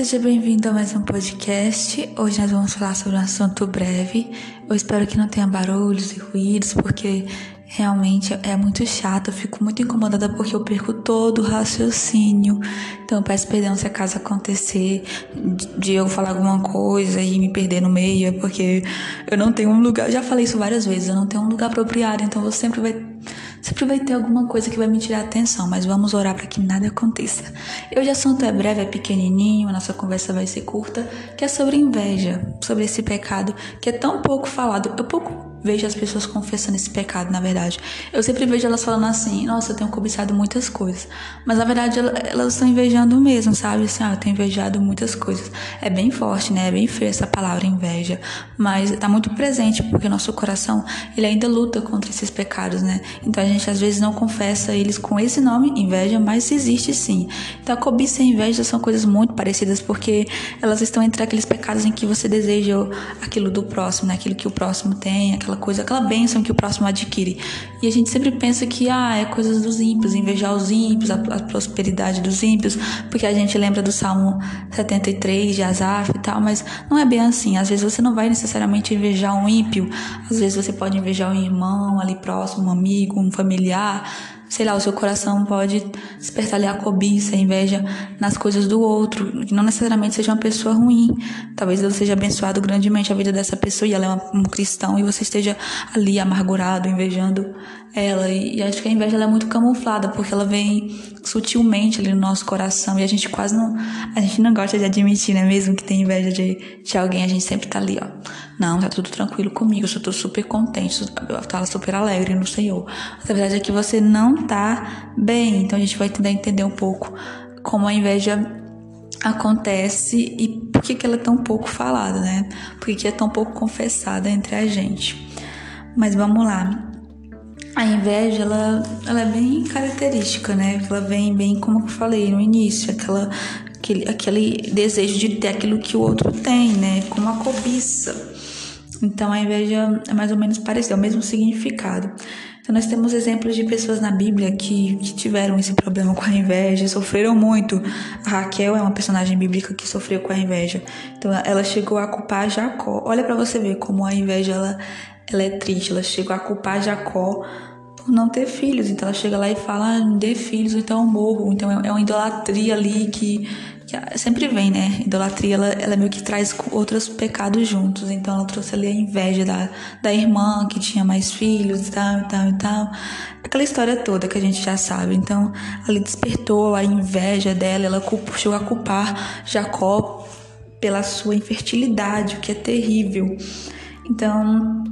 Seja bem-vindo a mais um podcast. Hoje nós vamos falar sobre um assunto breve. Eu espero que não tenha barulhos e ruídos, porque realmente é muito chato. Eu fico muito incomodada porque eu perco todo o raciocínio. Então eu peço perdão se acaso acontecer de eu falar alguma coisa e me perder no meio, é porque eu não tenho um lugar. Eu já falei isso várias vezes, eu não tenho um lugar apropriado, então você sempre vai ter alguma coisa que vai me tirar a atenção, mas vamos orar para que nada aconteça. Hoje o assunto é breve, é pequenininho, a nossa conversa vai ser curta, que é sobre inveja, sobre esse pecado que é tão pouco falado. Eu pouco vejo as pessoas confessando esse pecado, na verdade. Eu sempre vejo elas falando assim, nossa, eu tenho cobiçado muitas coisas. Mas, na verdade, elas estão invejando mesmo, sabe? Assim, eu tenho invejado muitas coisas. É bem forte, né? É bem feia essa palavra, inveja. Mas tá muito presente, porque o nosso coração, ele ainda luta contra esses pecados, né? Então, a gente, às vezes, não confessa eles com esse nome, inveja, mas existe sim. Então, a cobiça e a inveja são coisas muito parecidas, porque elas estão entre aqueles pecados em que você deseja aquilo do próximo, né? Aquilo que o próximo tem, aquela coisa, aquela bênção que o próximo adquire. E a gente sempre pensa que é coisas dos ímpios, invejar os ímpios, a prosperidade dos ímpios, porque a gente lembra do Salmo 73 de Asaf e tal, mas não é bem assim. Às vezes você não vai necessariamente invejar um ímpio, às vezes você pode invejar um irmão ali próximo, um amigo, um familiar. Sei lá, o seu coração pode despertar ali a cobiça, a inveja nas coisas do outro, que não necessariamente seja uma pessoa ruim. Talvez Deus seja abençoado grandemente a vida dessa pessoa e ela é um cristão e você esteja ali amargurado, invejando ela. E acho que a inveja ela é muito camuflada, porque ela vem sutilmente ali no nosso coração e a gente não gosta de admitir, né? Mesmo que tem inveja de alguém, a gente sempre tá ali, não, tá tudo tranquilo comigo, eu tô super contente, eu tô super alegre no Senhor. Mas a verdade é que você não tá bem, então a gente vai tentar entender um pouco como a inveja acontece e por que ela é tão pouco falada, né? Por que é tão pouco confessada entre a gente. Mas vamos lá. A inveja, ela é bem característica, né? Ela vem bem, como eu falei no início, aquele desejo de ter aquilo que o outro tem, né? Como a cobiça. Então, a inveja é mais ou menos parecida, é o mesmo significado. Então, nós temos exemplos de pessoas na Bíblia que tiveram esse problema com a inveja, sofreram muito. A Raquel é uma personagem bíblica que sofreu com a inveja. Então, ela chegou a culpar Jacó. Olha para você ver como a inveja, ela é triste. Ela chegou a culpar Jacó por não ter filhos. Então, ela chega lá e fala, não dê filhos, então eu morro. Então, é uma idolatria ali que sempre vem, né? Idolatria, ela meio que traz outros pecados juntos. Então, ela trouxe ali a inveja da irmã que tinha mais filhos e tal. Aquela história toda que a gente já sabe. Então, ali despertou a inveja dela. Ela chegou a culpar Jacó pela sua infertilidade, o que é terrível. Então,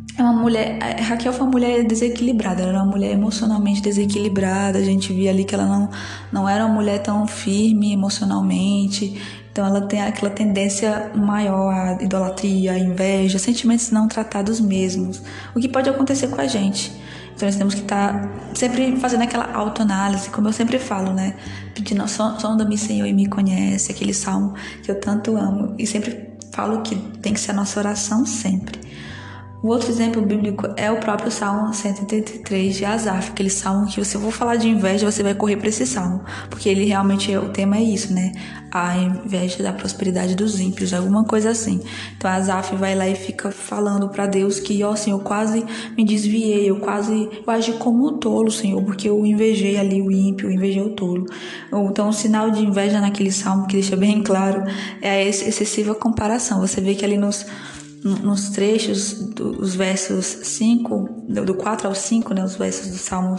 Raquel foi uma mulher desequilibrada, ela era uma mulher emocionalmente desequilibrada, a gente via ali que ela não era uma mulher tão firme emocionalmente, então ela tem aquela tendência maior à idolatria, à inveja, sentimentos não tratados mesmos, o que pode acontecer com a gente. Então nós temos que estar sempre fazendo aquela autoanálise, como eu sempre falo, né? Pedindo, sonda-me, Senhor, e me conhece, aquele salmo que eu tanto amo, e sempre falo que tem que ser a nossa oração sempre. O outro exemplo bíblico é o próprio Salmo 133 de Asaf, aquele salmo que se eu for falar de inveja, você vai correr para esse salmo, porque ele realmente, o tema é isso, né? A inveja da prosperidade dos ímpios, alguma coisa assim. Então Asaf vai lá e fica falando para Deus que, Senhor, eu quase me desviei, eu agi como um tolo, Senhor, porque eu invejei ali o ímpio, eu invejei o tolo. Então o sinal de inveja naquele salmo, que deixa bem claro, é a excessiva comparação. Você vê que ali nos trechos dos versos 5, do 4 ao 5, né, os versos do Salmo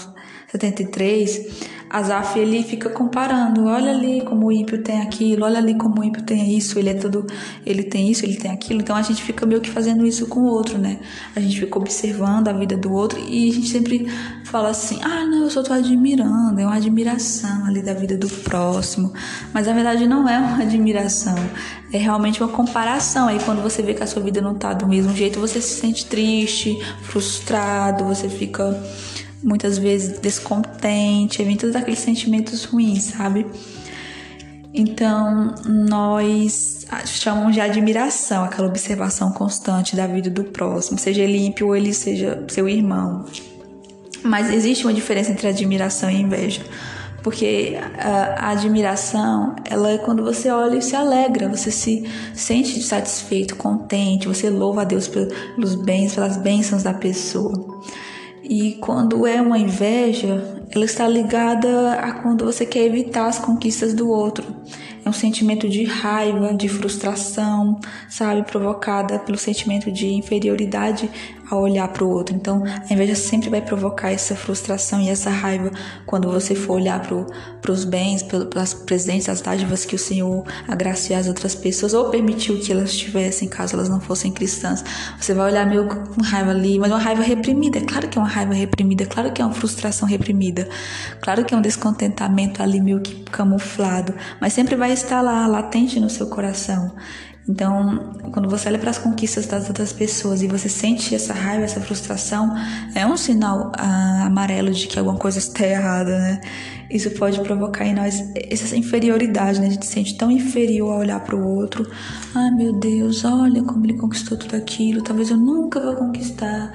73, Asaf, ele fica comparando, olha ali como o ímpio tem aquilo, olha ali como o ímpio tem isso, ele tem isso, ele tem aquilo. Então a gente fica meio que fazendo isso com o outro, né? A gente fica observando a vida do outro e a gente sempre fala assim, não, eu só tô admirando, é uma admiração ali da vida do próximo, mas na verdade não é uma admiração, é realmente uma comparação. Aí quando você vê que a sua vida não tá do mesmo jeito, você se sente triste, frustrado, você fica muitas vezes descontente, vem todos aqueles sentimentos ruins, sabe? Então, nós chamamos de admiração, aquela observação constante da vida do próximo, seja ele ímpio ou ele seja seu irmão. Mas existe uma diferença entre admiração e inveja. Porque a admiração, ela é quando você olha e se alegra, você se sente satisfeito, contente, você louva a Deus pelos bens, pelas bênçãos da pessoa. E quando é uma inveja, ela está ligada a quando você quer evitar as conquistas do outro. É um sentimento de raiva, de frustração, sabe? Provocada pelo sentimento de inferioridade ao olhar para o outro. Então, a inveja sempre vai provocar essa frustração e essa raiva quando você for olhar para os bens, pelas presentes, as dádivas que o Senhor agraciou às outras pessoas ou permitiu que elas tivessem, caso elas não fossem cristãs. Você vai olhar meio com raiva ali, mas uma raiva reprimida. É claro que é uma raiva reprimida, é claro que é uma frustração reprimida, claro que é um descontentamento ali meio que camuflado, mas sempre vai estar lá, latente no seu coração. Então, quando você olha para as conquistas das outras pessoas e você sente essa raiva, essa frustração, é um sinal amarelo de que alguma coisa está errada, né? Isso pode provocar em nós essa inferioridade, né? A gente se sente tão inferior ao olhar para o outro. Ai, meu Deus, olha como ele conquistou tudo aquilo, talvez eu nunca vou conquistar.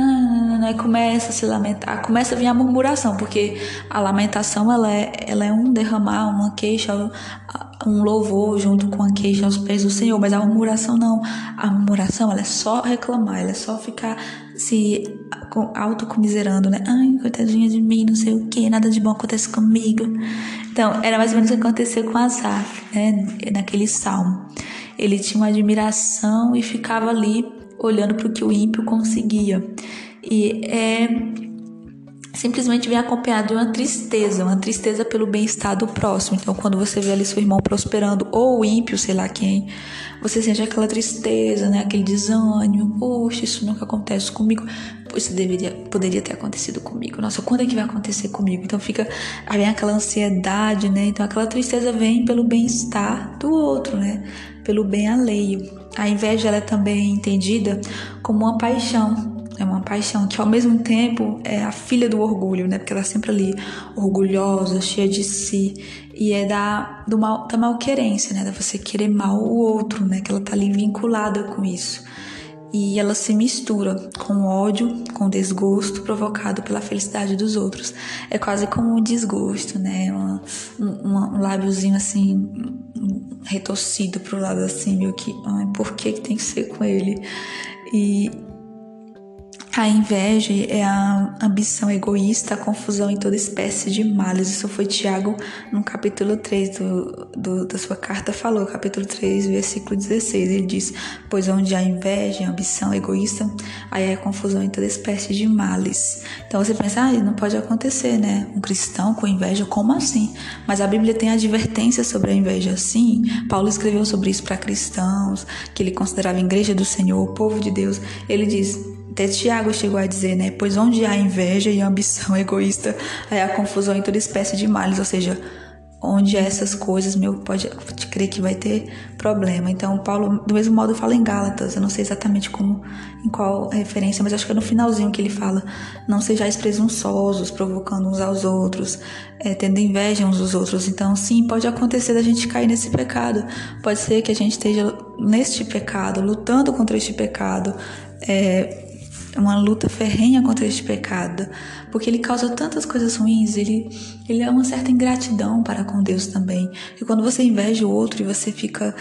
Aí começa a se lamentar, começa a vir a murmuração, porque a lamentação ela é um derramar, uma queixa, um louvor junto com a queixa aos pés do Senhor, mas a murmuração não. A murmuração ela é só reclamar, ela é só ficar se autocomiserando, né? Ai, coitadinha de mim, não sei o que, nada de bom acontece comigo. Então, era mais ou menos o que aconteceu com Asaf, né? Naquele salmo. Ele tinha uma admiração e ficava ali olhando para o que o ímpio conseguia. E simplesmente vem acompanhado de uma tristeza pelo bem-estar do próximo. Então, quando você vê ali seu irmão prosperando, ou o ímpio, sei lá quem, você sente aquela tristeza, né? Aquele desânimo. Poxa, isso nunca acontece comigo. Isso poderia ter acontecido comigo. Nossa, quando é que vai acontecer comigo? Então vem aquela ansiedade, né? Então aquela tristeza vem pelo bem-estar do outro, né? Pelo bem alheio. A inveja ela é também entendida como uma paixão. É uma paixão que ao mesmo tempo é a filha do orgulho, né? Porque ela é sempre ali orgulhosa, cheia de si. E é da malquerência, né? Da você querer mal o outro, né? Que ela tá ali vinculada com isso. E ela se mistura com ódio, com desgosto provocado pela felicidade dos outros. É quase como um desgosto, né? Um lábiozinho assim, retorcido pro lado assim, meio que, ai, por que tem que ser com ele? E a inveja é a ambição egoísta, a confusão em toda espécie de males. Isso foi Tiago no capítulo 3 da sua carta falou, capítulo 3, versículo 16. Ele diz, pois onde há inveja, ambição egoísta, aí há confusão em toda espécie de males. Então você pensa, não pode acontecer, né? Um cristão com inveja, como assim? Mas a Bíblia tem advertência sobre a inveja, sim. Paulo escreveu sobre isso para cristãos, que ele considerava a igreja do Senhor, o povo de Deus. Ele diz, até Tiago chegou a dizer, né? Pois onde há inveja e ambição egoísta, aí há confusão em toda espécie de males. Ou seja, onde há essas coisas, pode crer que vai ter problema. Então, Paulo, do mesmo modo, fala em Gálatas. Eu não sei exatamente em qual referência, mas acho que é no finalzinho que ele fala. Não sejais presunçosos, provocando uns aos outros, tendo inveja uns dos outros. Então, sim, pode acontecer da gente cair nesse pecado. Pode ser que a gente esteja neste pecado, lutando contra este pecado, uma luta ferrenha contra este pecado, porque ele causa tantas coisas ruins, ele é uma certa ingratidão para com Deus também. E quando você inveja o outro e você fica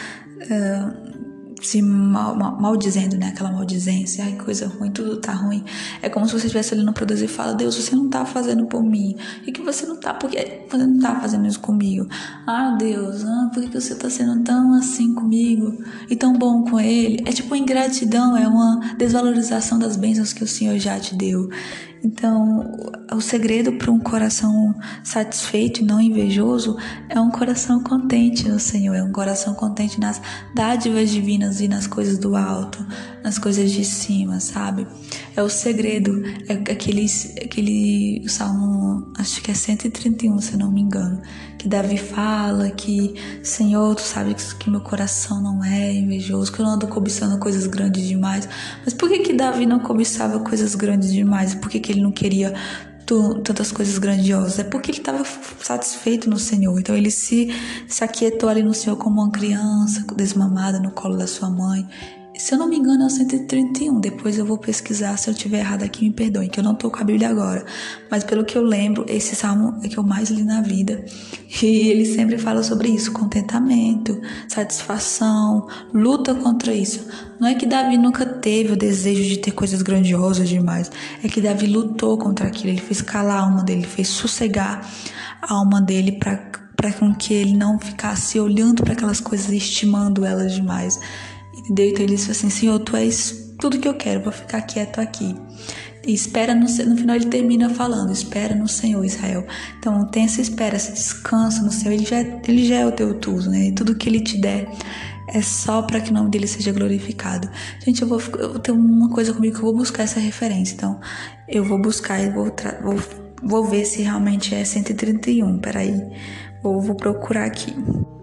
se maldizendo, né? Aquela maldizência, ai, coisa ruim, tudo tá ruim. É como se você estivesse olhando para Deus e fala, Deus, você não tá fazendo por mim. E que você não tá, porque você não tá fazendo isso comigo. Deus, por que você tá sendo tão assim comigo e tão bom com ele? É tipo ingratidão, é uma desvalorização das bênçãos que o Senhor já te deu. Então, o segredo para um coração satisfeito e não invejoso é um coração contente no Senhor, é um coração contente nas dádivas divinas e nas coisas do alto, nas coisas de cima, sabe? É o segredo, é aquele Salmo, acho que é 131, se eu não me engano, que Davi fala que, Senhor, tu sabes que meu coração não é invejoso, que eu não ando cobiçando coisas grandes demais. Mas por que Davi não cobiçava coisas grandes demais? Por que ele não queria tantas coisas grandiosas? É porque ele estava satisfeito no Senhor. Então ele se aquietou ali no Senhor como uma criança desmamada no colo da sua mãe, Se eu não me engano, é o 131. Depois eu vou pesquisar. Se eu estiver errado aqui, me perdoem, que eu não tô com a Bíblia agora. Mas pelo que eu lembro, esse salmo é que eu mais li na vida. E ele sempre fala sobre isso: contentamento, satisfação, luta contra isso. Não é que Davi nunca teve o desejo de ter coisas grandiosas demais. É que Davi lutou contra aquilo. Ele fez calar a alma dele, fez sossegar a alma dele para com que ele não ficasse olhando para aquelas coisas e estimando elas demais. Entendeu? Então ele disse assim: Senhor, Tu és tudo que eu quero, vou ficar quieto aqui. E espera no final ele termina falando: espera no Senhor, Israel. Então tem essa espera, esse descanso no Senhor. Ele já é o teu tudo, né? E tudo que Ele te der é só para que o nome dele seja glorificado. Gente, eu tenho uma coisa comigo que eu vou buscar essa referência. Então eu vou buscar e vou ver se realmente é 131. Peraí, vou procurar aqui.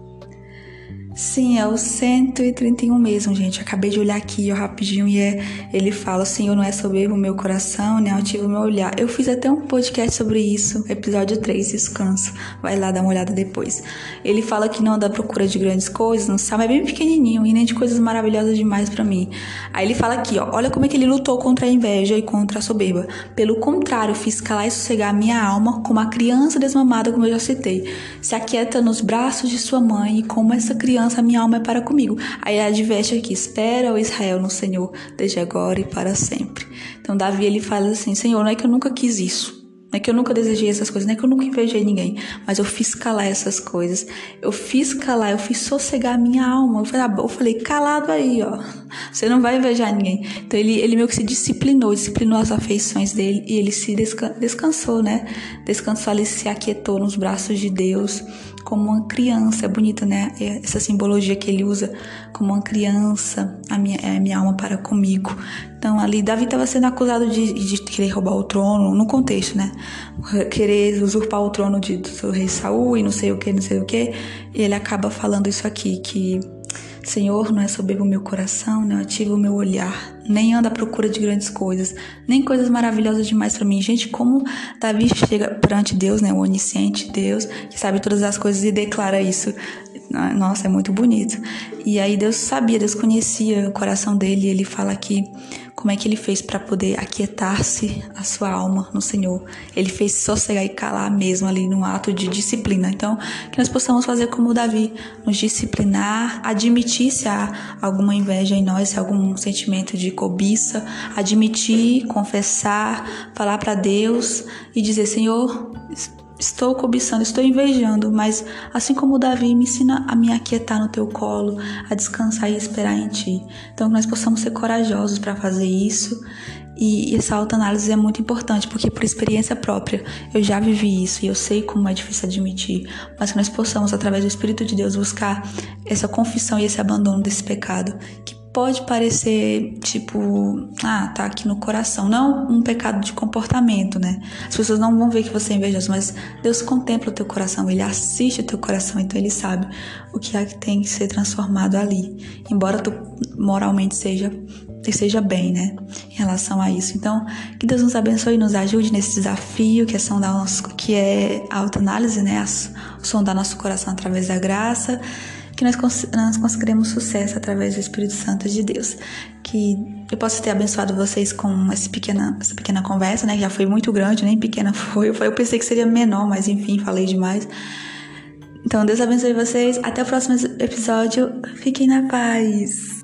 Sim, é o 131 mesmo, gente. Acabei de olhar aqui, rapidinho, e ele fala: Senhor, não é soberbo o meu coração, nem altivo o meu olhar. Eu fiz até um podcast sobre isso, episódio 3, descanso. Vai lá dar uma olhada depois. Ele fala que não anda à procura de grandes coisas, no salmo é bem pequenininho, e nem de coisas maravilhosas demais pra mim. Aí ele fala aqui, olha como é que ele lutou contra a inveja e contra a soberba. Pelo contrário, fiz calar e sossegar a minha alma, como a criança desmamada, como eu já citei. Se aquieta nos braços de sua mãe, e como essa criança, a minha alma é para comigo. Aí ele adverte aqui: espera, ó Israel, no Senhor, desde agora e para sempre. Então Davi, ele fala assim: Senhor, não é que eu nunca quis isso, não é que eu nunca desejei essas coisas, não é que eu nunca invejei ninguém, mas eu fiz calar essas coisas, eu fiz sossegar a minha alma. Eu falei, calado aí, você não vai invejar ninguém. Então ele meio que se disciplinou as afeições dele, e ele se descansou, né? Descansou ali, se aquietou nos braços de Deus, como uma criança. É bonita, né? Essa simbologia que ele usa, como uma criança, a minha alma para comigo. Então ali Davi estava sendo acusado de querer roubar o trono, no contexto, né? Querer usurpar o trono do rei Saul e não sei o que. E ele acaba falando isso aqui, que Senhor, não é soberbo o meu coração, não ativa o meu olhar, nem anda à procura de grandes coisas, nem coisas maravilhosas demais para mim. Gente, como Davi chega perante Deus, né, o onisciente Deus, que sabe todas as coisas, e declara isso. Nossa, é muito bonito. E aí Deus conhecia o coração dele, e ele fala aqui como é que ele fez para poder aquietar-se a sua alma no Senhor. Ele fez sossegar e calar mesmo ali num ato de disciplina. Então, que nós possamos fazer como Davi, nos disciplinar, admitir se há alguma inveja em nós, se há algum sentimento de cobiça, admitir, confessar, falar para Deus e dizer: Senhor, estou cobiçando, estou invejando, mas assim como Davi, me ensina a me aquietar no teu colo, a descansar e esperar em ti. Então que nós possamos ser corajosos para fazer isso. E essa autoanálise é muito importante, porque por experiência própria eu já vivi isso e eu sei como é difícil admitir, mas que nós possamos, através do Espírito de Deus, buscar essa confissão e esse abandono desse pecado, que pode parecer tipo, tá aqui no coração, não um pecado de comportamento, né? As pessoas não vão ver que você é invejoso, mas Deus contempla o teu coração, Ele assiste o teu coração, então Ele sabe o que é que tem que ser transformado ali, embora tu moralmente esteja bem, né, em relação a isso. Então, que Deus nos abençoe e nos ajude nesse desafio que é a autoanálise, né, sondar nosso coração através da graça, que nós conseguiremos sucesso através do Espírito Santo de Deus. Que eu possa ter abençoado vocês com essa pequena conversa, né, que já foi muito grande, nem pequena foi. Eu pensei que seria menor, mas enfim, falei demais. Então, Deus abençoe vocês. Até o próximo episódio. Fiquem na paz.